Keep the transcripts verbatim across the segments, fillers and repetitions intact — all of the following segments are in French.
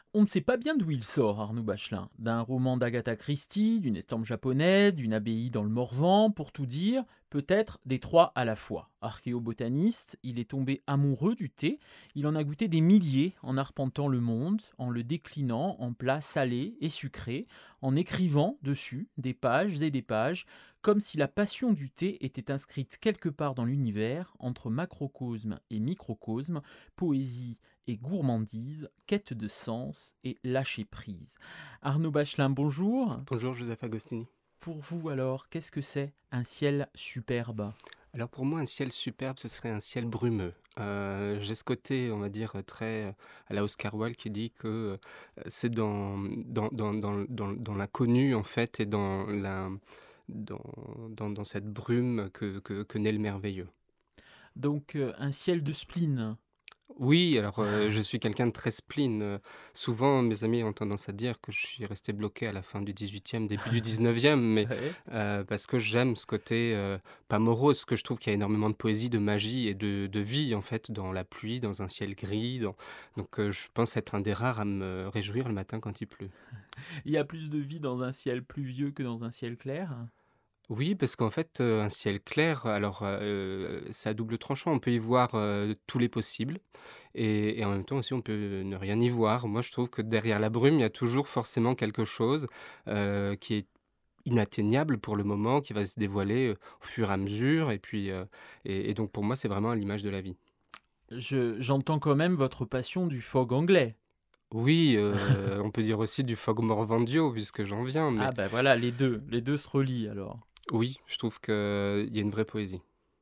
On ne sait pas bien d'où il sort, Arnaud Bachelin. D'un roman d'Agatha Christie, d'une estampe japonaise, d'une abbaye dans le Morvan, pour tout dire, peut-être des trois à la fois. Archéobotaniste, il est tombé amoureux du thé, il en a goûté des milliers en arpentant le monde, en le déclinant en plats salés et sucrés, en écrivant dessus des pages et des pages, comme si la passion du thé était inscrite quelque part dans l'univers, entre macrocosme et microcosme, poésie et gourmandise, quête de sens et lâcher prise. Arnaud Bachelin, bonjour. Bonjour Joseph Agostini. Pour vous alors, qu'est-ce que c'est un ciel superbe? Alors pour moi, un ciel superbe, ce serait un ciel brumeux. Euh, j'ai ce côté, on va dire, très euh, à la Oscar Wilde qui dit que euh, c'est dans, dans, dans, dans, dans, dans l'inconnu, en fait, et dans, la, dans, dans, dans cette brume que, que, que naît le merveilleux. Donc euh, un ciel de spleen. Oui, alors euh, je suis quelqu'un de très spleen. Euh, souvent, mes amis ont tendance à dire que je suis resté bloqué à la fin du dix-huitième, début du dix-neuvième, mais Ouais. euh, parce que j'aime ce côté, euh, pas morose, parce que je trouve qu'il y a énormément de poésie, de magie et de, de vie, en fait, dans la pluie, dans un ciel gris. dans- Donc euh, je pense être un des rares à me réjouir le matin quand il pleut. Il y a plus de vie dans un ciel pluvieux que dans un ciel clair. Oui, parce qu'en fait, heu, un ciel clair, alors, heu, c'est à double tranchant. On peut y voir, heu, tous les possibles et et en même temps aussi, on peut ne rien y voir. Moi, je trouve que derrière la brume, il y a toujours forcément quelque chose, heu, qui est inatteignable pour le moment, qui va se dévoiler, heu, au fur et à mesure et puis, heu et et donc pour moi, c'est vraiment l'image de la vie. Je, j'entends quand même votre passion du fog anglais. Oui, heu, on peut dire aussi du Fog Morvandio puisque j'en viens, mais Ah ben voilà, les deux, les deux se relient alors. oui, je trouve qu'il y a une vraie poésie.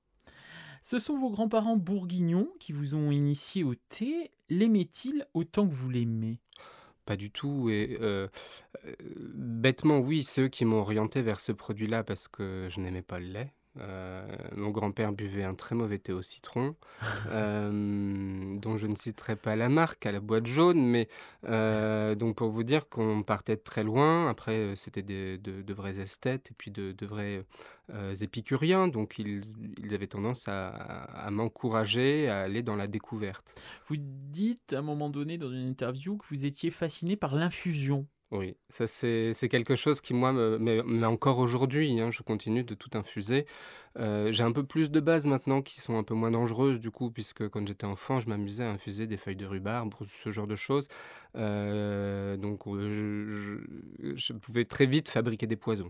Ce sont vos grands-parents bourguignons qui vous ont initié au thé. L'aimaient-ils autant que vous l'aimez? Pas du tout et heu heu, bêtement, oui, ceux qui m'ont orienté vers ce produit-là parce que je n'aimais pas le lait. Heu, mon grand-père buvait un très mauvais thé au citron, hem, dont je ne citerai pas la marque, à la boîte jaune, mais heu, donc pour vous dire qu'on partait de très loin. Après, heu, c'était des de de vrais esthètes et puis de de vrais, heu, épicuriens, donc ils ils avaient tendance à à à m'encourager à aller dans la découverte. Vous dites à un moment donné dans une interview que vous étiez fasciné par l'infusion. Oui, ça c'est c'est quelque chose qui moi me mais mais encore aujourd'hui, hein, je continue de tout infuser. Heu, j'ai un peu plus de bases maintenant qui sont un peu moins dangereuses du coup, puisque quand j'étais enfant, je m'amusais à infuser des feuilles de rhubarbe, ce genre de choses. Heu, donc heu, je je je pouvais très vite fabriquer des poisons.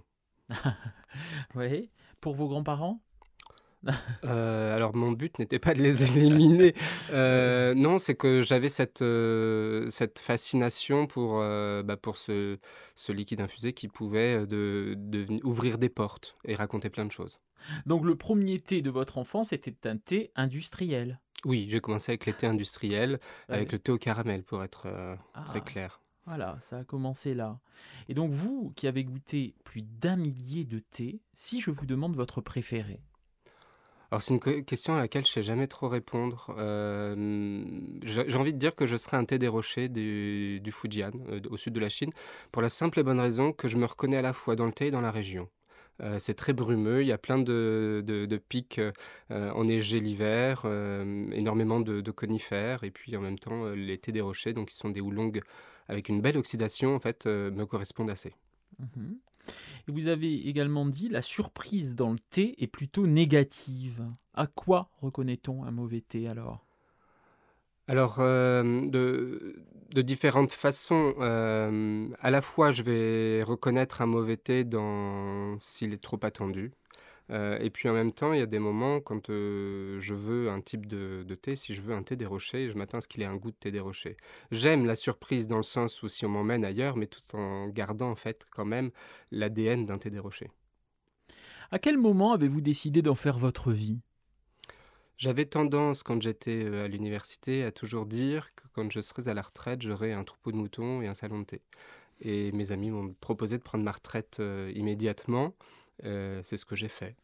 Oui. Pour vos grands-parents? Heu, alors mon but n'était pas de les éliminer, Ouais. heu, non, c'est que j'avais cette, heu, cette fascination pour, heu, bah, pour ce ce liquide infusé qui pouvait, heu, de deveni ouvrir des portes et raconter plein de choses. Donc le premier thé de votre enfance était un thé industriel. Oui, j'ai commencé avec les thés industriels, avec Ouais. le thé au caramel pour être, heu, très Ah, clair. voilà, ça a commencé là. Et donc vous, qui avez goûté plus d'un millier de thés, si je vous demande votre préféré? Alors c'est une que question à laquelle je sais jamais trop répondre, hem, j'ai j'ai envie de dire que je serais un thé des rochers du du Fujian, heu, au sud de la Chine, pour la simple et bonne raison que je me reconnais à la fois dans le thé et dans la région. Heu, c'est très brumeux, il y a plein de de de pics, heu heu, enneigés l'hiver, hem, énormément de de conifères et puis en même temps, heu, les thés des rochers, donc qui sont des oolongs avec une belle oxydation en fait, heu, me correspondent assez. Mhm. Et vous avez également dit la surprise dans le thé est plutôt négative. À quoi reconnaît-on un mauvais thé alors? Alors, hem, de de différentes façons, hem, à la fois je vais reconnaître un mauvais thé dans s'il est trop attendu. Heu et puis en même temps, il y a des moments quand, heu, je veux un type de de thé, si je veux un thé des rochers, je m'attends à ce qu'il ait un goût de thé des rochers. J'aime la surprise dans le sens où si on m'emmène ailleurs, mais tout en gardant en fait quand même l'A D N d'un thé des rochers. À quel moment avez-vous décidé d'en faire votre vie? J'avais tendance quand j'étais, heu, à l'université à toujours dire que quand je serais à la retraite, j'aurais un troupeau de moutons et un salon de thé. Et mes amis m'ont proposé de prendre ma retraite, heu, immédiatement, heu, c'est ce que j'ai fait.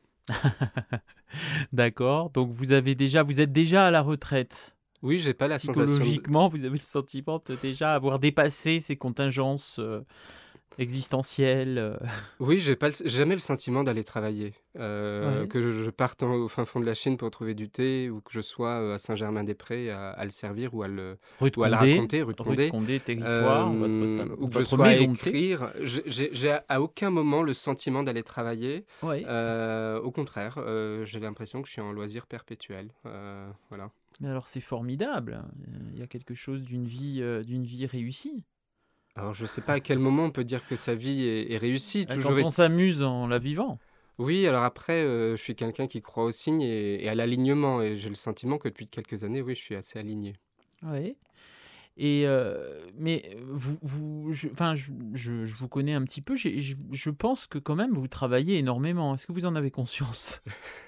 D'accord, donc vous avez déjà, vous êtes déjà à la retraite. Oui, j'ai pas la sensation de Psychologiquement, vous avez le sentiment de déjà avoir dépassé ces contingences. euh, existentiel, heu? Oui, j'ai pas le j'ai jamais le sentiment d'aller travailler, heu, Ouais. que je je parte en au fin fond de la Chine pour trouver du thé ou que je sois, heu, à Saint-Germain-des-Prés à à le servir ou à le Rue de ou à le Condé, raconter, rue de rue de Condé, Condé territoire, votre sa hem, ou que je votre sois à maison de thé? écrire. J'ai j'ai j'ai à à aucun moment le sentiment d'aller travailler, Ouais. heu, au contraire, heu, j'ai l'impression que je suis en loisir perpétuel, heu, voilà. Mais alors c'est formidable, heu, il y a quelque chose d'une vie, heu, d'une vie réussie. Alors je sais pas à quel moment on peut dire que sa vie est est réussie, Bah, toujours quand on est s'amuse en la vivant. oui, alors après, heu, je suis quelqu'un qui croit aux signes et et à l'alignement et j'ai le sentiment que depuis quelques années, oui, je suis assez aligné. Ouais. Et heu, mais vous vous je enfin je je je vous connais un petit peu, j'ai je je pense que quand même vous travaillez énormément. Est-ce que vous en avez conscience?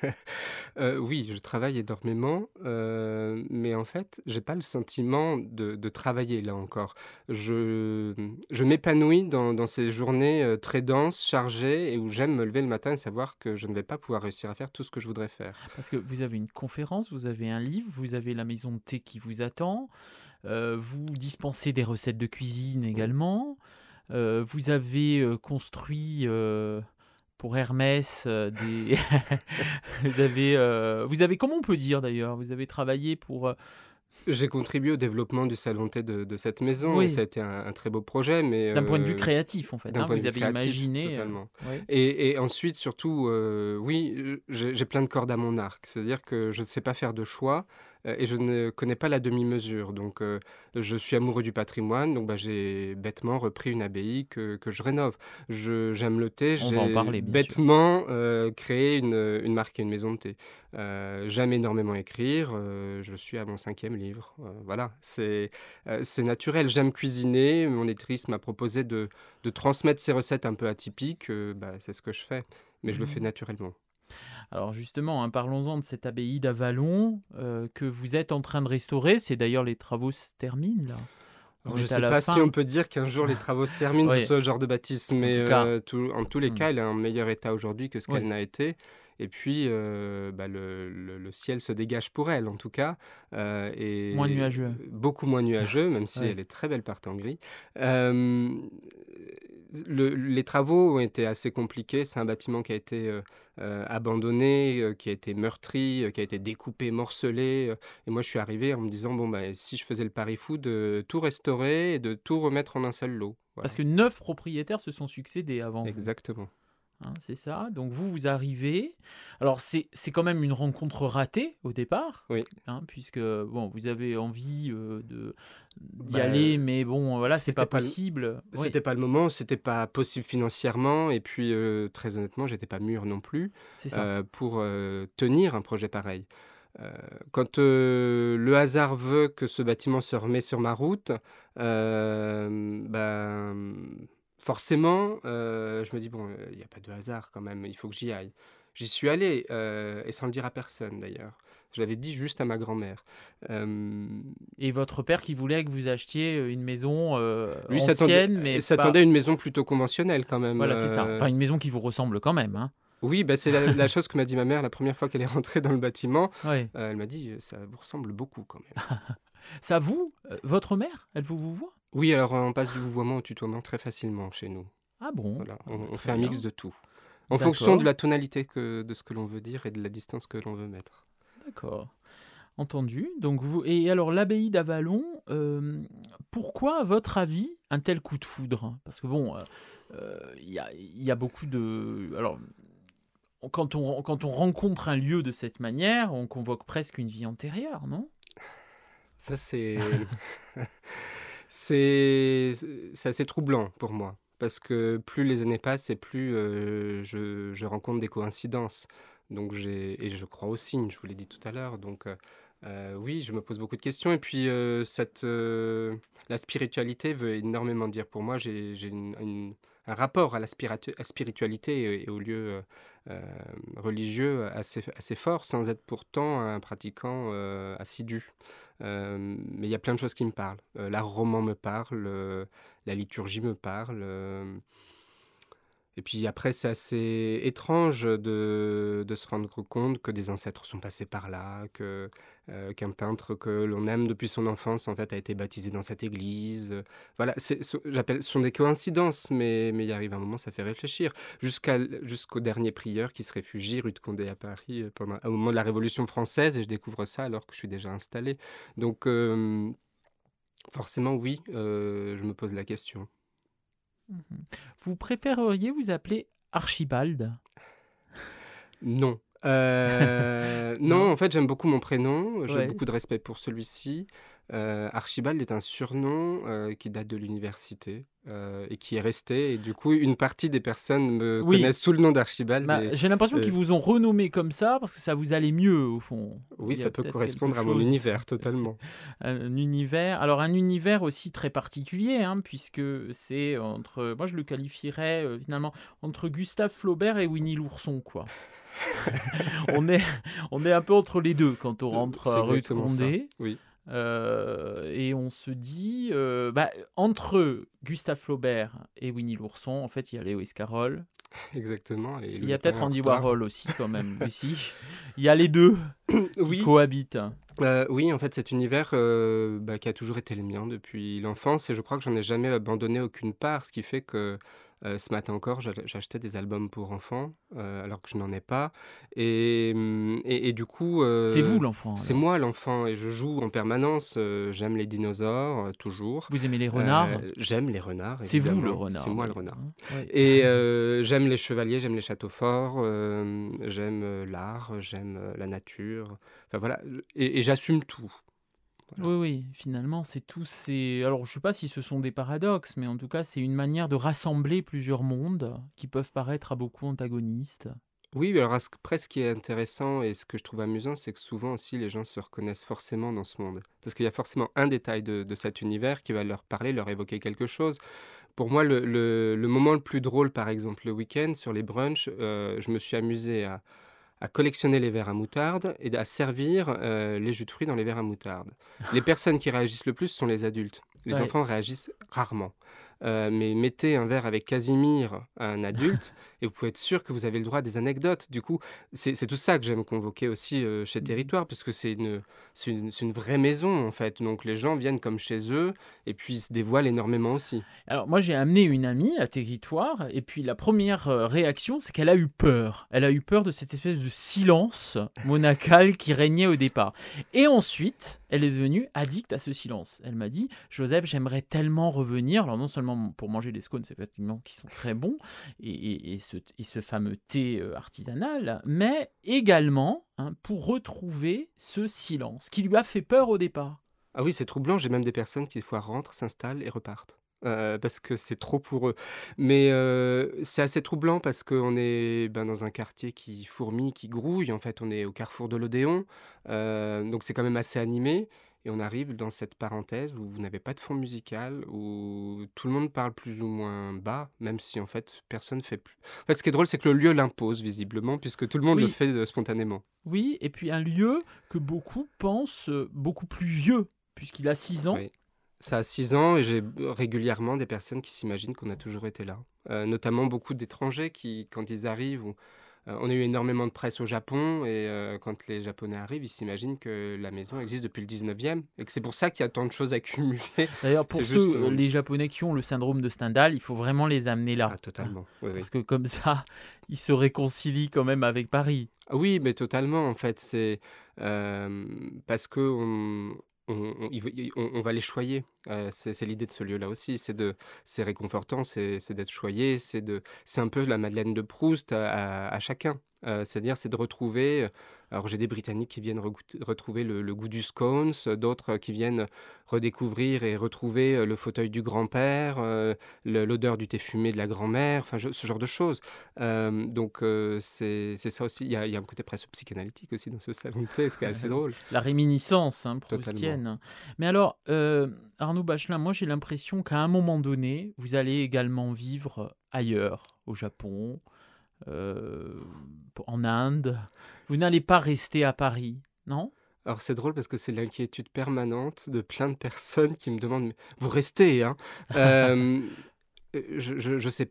Heu, oui, je travaille énormément, heu, mais en fait, j'ai pas le sentiment de de travailler là encore. Je, mmh, je m'épanouis dans dans ces journées, heu, très denses, chargées et où j'aime me lever le matin et savoir que je ne vais pas pouvoir réussir à faire tout ce que je voudrais faire. Parce que vous avez une conférence, vous avez un livre, vous avez la maison de thé qui vous attend, heu, vous dispensez des recettes de cuisine Mmh. également, heu, vous avez, heu, construit, heu, pour Hermès, heu, des vous avez, heu, vous avez comment on peut dire d'ailleurs? Vous avez travaillé pour, heu J'ai contribué au développement du salon de thé de de cette maison et ça oui, a été un un très beau projet, mais d'un point de vue heu, créatif en fait, d'un hein? point de Vous vue avez créatif, imaginé, heu totalement. ouais. Et et ensuite surtout, heu, oui, heu, j'ai j'ai plein de cordes à mon arc. C'est-à-dire que je ne sais pas faire de choix, heu, et je ne connais pas la demi-mesure. Donc heu, je suis amoureux du patrimoine, donc bah, j'ai bêtement repris une abbaye que que je rénove. Je j'aime le thé, On va en j'ai parler bien sûr. bêtement, heu, créé une, une marque et une maison de thé. Heu, j'aime énormément écrire, heu, je suis à mon cinquième livre, heu, voilà, c'est, heu, c'est naturel. J'aime cuisiner, mon éditrice m'a proposé de de transmettre ces recettes un peu atypiques, heu, bah, c'est ce que je fais, mais je le fais Mmh. naturellement. Alors justement, hein, parlons-en de cette abbaye d'Avallon, heu, que vous êtes en train de restaurer. C'est d'ailleurs les travaux se terminent là? Alors On je est à sais la pas si fin? on peut dire qu'un jour les travaux se terminent sur Oui, ce genre de bâtisse, en mais tout cas, heu, tout en tous les mmh, cas, elle est en meilleur état aujourd'hui que ce qu'elle oui, n'a été et puis, heu, bah, le le le ciel se dégage pour elle en tout cas, heu moins et nuageux. beaucoup moins nuageux, même si Oui. elle est très belle par temps gris. Hem, le les travaux ont été assez compliqués. C'est un bâtiment qui a été, heu heu, abandonné, heu, qui a été meurtri, heu, qui a été découpé, morcelé, heu et moi je suis arrivé en me disant: «Bon, bah, si je faisais le pari fou de tout restaurer et de tout remettre en un seul lot». Parce Voilà, que neuf propriétaires se sont succédés avant vous, exactement. hein, c'est ça? Donc vous, vous arrivez alors c'est c'est quand même une rencontre ratée au départ, Oui, hein, puisque bon, vous avez envie, heu, de d'y bah, aller, mais bon, voilà, c'est c'était pas pas le possible. Oui, c'était pas le moment, c'était pas possible financièrement et puis, heu, très honnêtement, j'étais pas mûr non plus, c'est ça. heu, pour, heu, tenir un projet pareil. Heu, quand, heu, le hasard veut que ce bâtiment se remet sur ma route, hem, ben, forcément, heu, je me dis: «Bon, heu, il y a pas de hasard quand même, il faut que j'y aille». J'y suis allé, heu et sans le dire à personne d'ailleurs. Je l'avais dit juste à ma grand-mère. Hem, Et votre père qui voulait que vous achetiez, heu, une maison, heu, lui s'attendait ancienne, mais s'attendait pas à une maison plutôt conventionnelle quand même, voilà, c'est ça. heu Enfin, une maison qui vous ressemble quand même, hein? oui, bah, c'est la la chose que m'a dit ma mère la première fois qu'elle est rentrée dans le bâtiment. Ouais. Heu, elle m'a dit: «Heu, ça vous ressemble beaucoup quand même». Ça vous, heu, votre mère, elle vous vous voit? Oui, alors, heu, on passe du vouvoiement au tutoiement très facilement chez nous. Ah bon? Voilà, Ah on bah, on très fait un mix bien. de tout, en fonction de D'accord, la tonalité que de ce que l'on veut dire et de la distance que l'on veut mettre. d'accord. Entendu. Donc vous et alors l'abbaye d'Avallon, hem, pourquoi, à votre avis, un tel coup de foudre? Parce que bon, heu heu, il y a il y a beaucoup de alors, quand on quand on rencontre un lieu de cette manière, on convoque presque une vie antérieure, non? Ça, c'est c'est c'est assez troublant pour moi parce que plus les années passent et plus, heu, je je rencontre des coïncidences. Donc j'ai et je crois aux signes, je vous l'ai dit tout à l'heure. Donc heu heu, oui, je me pose beaucoup de questions et puis, heu, cette, heu, la spiritualité veut énormément dire pour moi. J'ai j'ai une une un rapport à la spiratu à spiritualité et et aux lieux, heu, hem, religieux assez assez fort sans être pourtant un pratiquant, heu, assidu. Hem, mais il y a plein de choses qui me parlent. Heu, l'art roman me parle, heu, la liturgie me parle, hem Et puis après, c'est assez étrange de de se rendre compte que des ancêtres sont passés par là, que, heu, qu'un peintre que l'on aime depuis son enfance, en fait, a été baptisé dans cette église, heu, voilà, c'est ce j'appelle ce sont des coïncidences, mais mais il arrive un moment, ça fait réfléchir. Jusqu'à l jusqu'au dernier prieur qui se réfugie rue de Condé à Paris, heu, pendant au moment de la Révolution française et je découvre ça alors que je suis déjà installé. Donc hem, forcément oui, heu, je me pose la question. Mmh. Vous préféreriez vous appeler Archibald? Non. Heu, non, Non? en fait, j'aime beaucoup mon prénom, j'ai Ouais. beaucoup de respect pour celui-ci. Heu, Archibald est un surnom, heu, qui date de l'université, heu, et qui est resté et du coup, une partie des personnes me Oui, connaissent sous le nom d'Archibald bah, et j'ai l'impression qu'ils heu, vous ont renommé comme ça parce que ça vous allait mieux au fond. oui, Il y a ça peut peut-être quelque correspondre à mon chose, univers totalement. un univers alors un univers aussi très particulier, hein, puisque c'est entre moi je le qualifierais, heu, finalement entre Gustave Flaubert et Winnie l'ourson, quoi. On est on est un peu entre les deux quand on Heu, rentre, c'est heu, rue de exactement ça, Condé. oui, Heu et on se dit, heu, bah, entre Gustave Flaubert et Winnie l'ourson, en fait, il y a Lewis Carroll. exactement et Il Louis y a Lupin est peut-être en Andy retard. Warhol aussi quand même, aussi. Il y a les deux qui Oui. cohabitent. Heu, oui, en fait, cet univers, heu, bah, qui a toujours été le mien depuis l'enfance et je crois que j'en ai jamais abandonné aucune part. Ce qui fait que, heu, ce matin encore, j'allais j'achetais des albums pour enfants, heu, alors que je n'en ai pas et mmh et et du coup, C'est vous heu, l'enfant c'est alors? moi l'enfant et je joue en permanence, heu, j'aime les dinosaures, heu, toujours, Vous aimez les renards? heu, j'aime les renards C'est vous le évidemment, c'est renard moi le d'ailleurs, renard hein? Oui. et heu, j'aime les chevaliers, j'aime les châteaux forts, hem, j'aime, heu, l'art, j'aime, heu, la nature, enfin voilà, et et j'assume tout. Voilà. Oui, oui, finalement, c'est tous ces alors je sais pas si ce sont des paradoxes, mais en tout cas, c'est une manière de rassembler plusieurs mondes qui peuvent paraître à beaucoup antagonistes. Oui, mais alors à ce après ce qui est intéressant et ce que je trouve amusant, c'est que souvent aussi les gens se reconnaissent forcément dans ce monde. Parce qu'il y a forcément un détail de de cet univers qui va leur parler, leur évoquer quelque chose. Pour moi, le le le moment le plus drôle, par exemple, le week-end sur les brunchs, heu, je me suis amusé à à collectionner les verres à moutarde et à servir, heu, les jus de fruits dans les verres à moutarde. Les personnes qui réagissent le plus sont les adultes. Les Ouais. enfants réagissent rarement. Heu, mais mettez un verre avec Casimir à un adulte et vous pouvez être sûr que vous avez le droit à des anecdotes. Du coup, c'est c'est tout ça que j'aime convoquer aussi, heu, chez Mmh. Territoire parce que c'est une c'est une c'est une vraie maison, en fait. Donc les gens viennent comme chez eux et puis ils se dévoilent énormément aussi. Alors moi j'ai amené une amie à Territoire et puis la première re réaction, c'est qu'elle a eu peur. Elle a eu peur de cette espèce de silence monacal qui régnait au départ et ensuite, elle est devenue addicte à ce silence. Elle m'a dit: «Joseph, j'aimerais tellement revenir», alors non seulement pour manger des scones, effectivement, qui sont très bons et et et ce et ce fameux thé, heu, artisanal, mais également, hein, pour retrouver ce silence qui lui a fait peur au départ. Ah oui, c'est troublant. J'ai même des personnes qui, des fois, rentrent, s'installent et repartent, heu, parce que c'est trop pour eux. Mais heu, c'est assez troublant parce qu'on est, ben, dans un quartier qui fourmille, qui grouille. En fait, on est au carrefour de l'Odéon, heu, donc c'est quand même assez animé et on arrive dans cette parenthèse où vous n'avez pas de fond musical, où tout le monde parle plus ou moins bas, même si, en fait, personne fait plus en fait, ce qui est drôle, c'est que le lieu l'impose visiblement puisque tout le monde le Oui. fait, heu, spontanément. Oui, et puis un lieu que beaucoup pensent, heu, beaucoup plus vieux, puisqu'il a six ans. Oui. Ça a six ans et j'ai b régulièrement des personnes qui s'imaginent qu'on a toujours été là. Heu, notamment beaucoup d'étrangers qui, quand ils arrivent ou heu, on a eu énormément de presse au Japon et heu, quand les Japonais arrivent, ils s'imaginent que la maison existe depuis le dix-neuvième et que c'est pour ça qu'il y a tant de choses accumulées. D'ailleurs, C'est pour ceux, juste, heu, hem les Japonais qui ont le syndrome de Stendhal, il faut vraiment les amener ah là, hein, totalement, oui, oui. parce que comme ça, ils se réconcilient quand même avec Paris. Ah oui, mais totalement en fait, c'est, hem, parce qu'on on on il veut i on on va les choyer. Heu, c'est c'est l'idée de ce lieu-là aussi, c'est de c'est réconfortant, c'est c'est d'être choyé, c'est de c'est un peu la Madeleine de Proust à à à chacun. Heu, c'est-à-dire, c'est de retrouver, heu alors j'ai des Britanniques qui viennent regout retrouver le le goût du scones, heu, d'autres qui viennent redécouvrir et retrouver, heu, le fauteuil du grand-père, heu, le l'odeur du thé fumé de la grand-mère, enfin je ce genre de choses. Hem, donc heu, c'est c'est ça aussi. Il y a il y a un côté presque psychanalytique aussi dans ce salon de thé, ce qui est assez drôle. La réminiscence, hein, Totalement. proustienne. Mais alors, heu, Arnaud Bachelin, moi j'ai l'impression qu'à un moment donné, vous allez également vivre ailleurs, au Japon, heu, en Inde. Vous n'allez pas rester à Paris, non? Alors c'est drôle parce que c'est l'inquiétude permanente de plein de personnes qui me demandent: «Mais vous restez, hein?» hem, heu, je je je sais pas.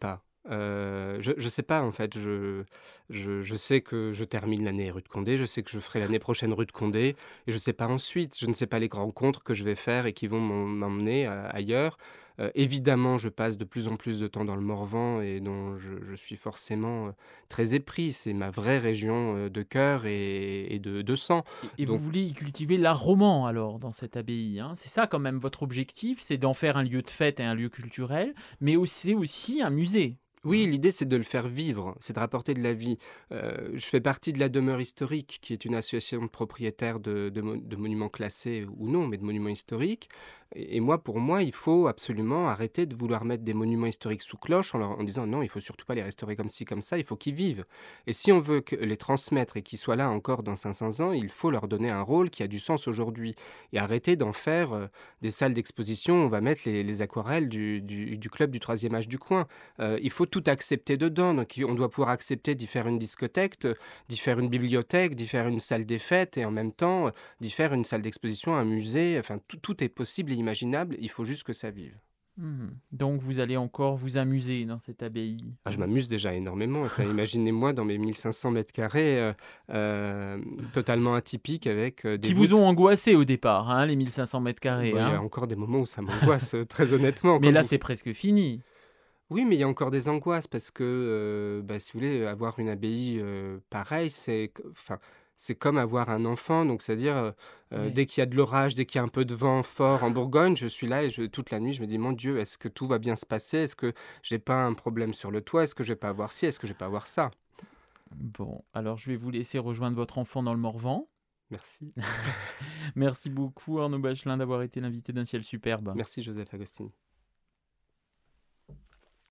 Heu, je je sais pas en fait, je je je sais que je termine l'année rue de Condé, je sais que je ferai l'année prochaine rue de Condé et je sais pas ensuite. Je ne sais pas les rencontres que je vais faire et qui vont m'em m'emmener a ailleurs. Heu, évidemment, je passe de plus en plus de temps dans le Morvan et dont je je suis forcément, heu, très épris. C'est ma vraie région, heu, de cœur et et de de sang. Et et vous Donc voulez y cultiver l'art roman alors dans cette abbaye, hein? C'est ça quand même votre objectif, c'est d'en faire un lieu de fête et un lieu culturel, mais au c'est aussi un musée, oui, hein? l'idée, c'est de le faire vivre, c'est de rapporter de la vie. Heu, je fais partie de la Demeure historique, qui est une association de propriétaires de de mo de monuments classés ou non, mais de monuments historiques et et moi, pour moi, il faut absolument arrêter de vouloir mettre des monuments historiques sous cloche en leur en disant: «Non, il faut surtout pas les restaurer comme ci, comme ça, il faut qu'ils vivent» et si on veut que les transmettre et qu'ils soient là encore dans cinq cents ans, il faut leur donner un rôle qui a du sens aujourd'hui et arrêter d'en faire, heu, des salles d'exposition où on va mettre les les aquarelles du du du club du troisième âge du coin. Heu, il faut tout accepter dedans, donc i on doit pouvoir accepter d'y faire une discothèque, de d'y faire une bibliothèque, d'y faire une salle des fêtes et en même temps, heu, d'y faire une salle d'exposition, un musée, enfin tout tout est possible et imaginable, il faut juste que ça vive. Mmh. Donc vous allez encore vous amuser dans cette abbaye, Ah, je hein? m'amuse déjà énormément, enfin imaginez-moi dans mes mille cinq cents mètres carrés, heu, hem, totalement atypiques avec, heu, des Qui vous ont voûtes. angoissé au départ, hein, les mille cinq cents mètres carrés, Bah, il y a hein? encore des moments où ça m'angoisse, heu, très honnêtement, Mais comme là, vous. c'est presque fini. Oui, mais il y a encore des angoisses parce que, heu, bah, si vous voulez, avoir une abbaye, heu, pareille, c'est c enfin, c'est comme avoir un enfant, donc c'est-à-dire, heu heu, Ouais. dès qu'il y a de l'orage, dès qu'il y a un peu de vent fort en Bourgogne, je suis là et je toute la nuit, je me dis: «Mon Dieu, est-ce que tout va bien se passer? Est-ce que j'ai pas un problème sur le toit? Est-ce que je vais pas avoir ci? Est-ce que je vais pas avoir ça?» Bon, alors je vais vous laisser rejoindre votre enfant dans le Morvan. Merci. Merci beaucoup Arnaud Bachelin d'avoir été l'invité d'Un ciel superbe. Merci Joseph Agostini.